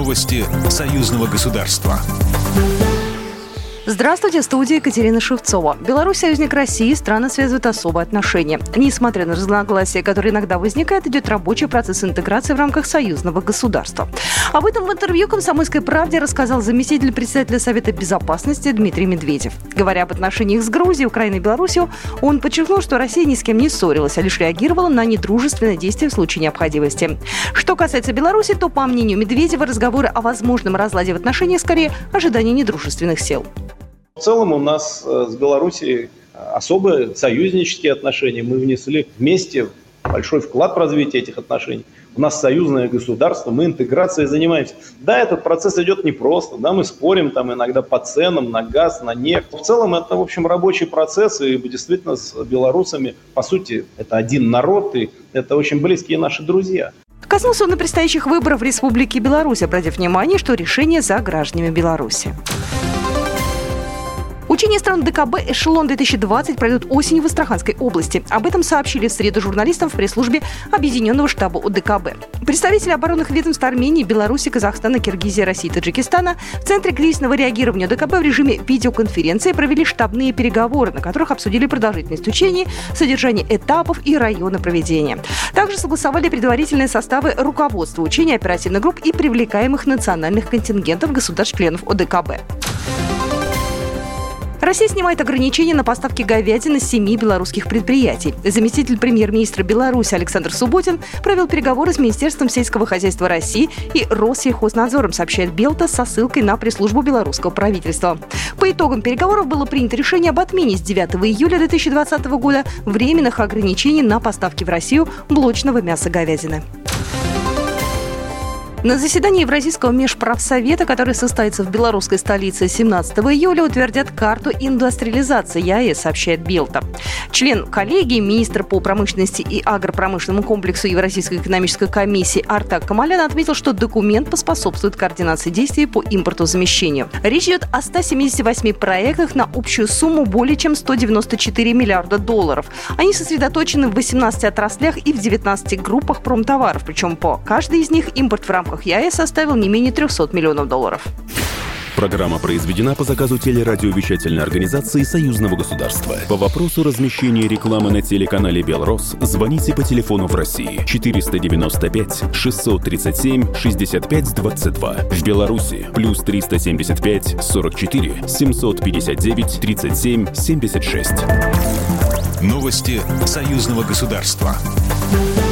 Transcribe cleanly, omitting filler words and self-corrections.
Новости союзного государства. Здравствуйте, в студии Екатерина Шевцова. Беларусь – союзник России, страны связывают особые отношения. Несмотря на разногласия, которые иногда возникают, идет рабочий процесс интеграции в рамках союзного государства. Об этом в интервью «Комсомольской правде» рассказал заместитель председателя Совета Безопасности Дмитрий Медведев. Говоря об отношениях с Грузией, Украиной и Беларусью, он подчеркнул, что Россия ни с кем не ссорилась, а лишь реагировала на недружественные действия в случае необходимости. Что касается Беларуси, то, по мнению Медведева, разговоры о возможном разладе в отношениях скорее ожидание недружественных сил. В целом у нас с Белоруссией особые союзнические отношения. Мы внесли вместе большой вклад в развитие этих отношений. У нас союзное государство, мы интеграцией занимаемся. Да, этот процесс идет непросто, да, мы спорим там иногда по ценам на газ, на нефть. В целом это, в общем, рабочий процесс, и действительно с белорусами, по сути, это один народ, и это очень близкие наши друзья. Коснулся он и предстоящих выборов в Республике Беларусь, обратив внимание, что решение за гражданами Беларуси. Учения стран ДКБ «Эшелон-2020» пройдут осенью в Астраханской области. Об этом сообщили в среду журналистам в пресс-службе Объединенного штаба ОДКБ. Представители оборонных ведомств Армении, Беларуси, Казахстана, Киргизии, России и Таджикистана в Центре кризисного реагирования ОДКБ в режиме видеоконференции провели штабные переговоры, на которых обсудили продолжительность учений, содержание этапов и районы проведения. Также согласовали предварительные составы руководства учений, оперативных групп и привлекаемых национальных контингентов государств-членов ОДКБ. Россия снимает ограничения на поставки говядины с 7 белорусских предприятий. Заместитель премьер-министра Беларуси Александр Субботин провел переговоры с Министерством сельского хозяйства России и Россельхознадзором, сообщает Белта со ссылкой на пресс-службу белорусского правительства. По итогам переговоров было принято решение об отмене с 9 июля 2020 года временных ограничений на поставки в Россию блочного мяса говядины. На заседании Евразийского межправсовета, который состоится в белорусской столице 17 июля, утвердят карту индустриализации ЕАЭС, сообщает Белта. Член коллегии, министр по промышленности и агропромышленному комплексу Евразийской экономической комиссии Артак Камалян отметил, что документ поспособствует координации действий по импортозамещению. Речь идет о 178 проектах на общую сумму более чем 194 миллиарда долларов. Они сосредоточены в 18 отраслях и в 19 группах промтоваров, причем по каждой из них импорт в рамках ЕАЭС составил не менее 300 миллионов долларов. Программа произведена по заказу телерадиовещательной организации Союзного государства. По вопросу размещения рекламы на телеканале «Белрос» звоните по телефону в России 495 637 65 22. В Беларуси плюс 375 44 759 37 76. Новости союзного государства.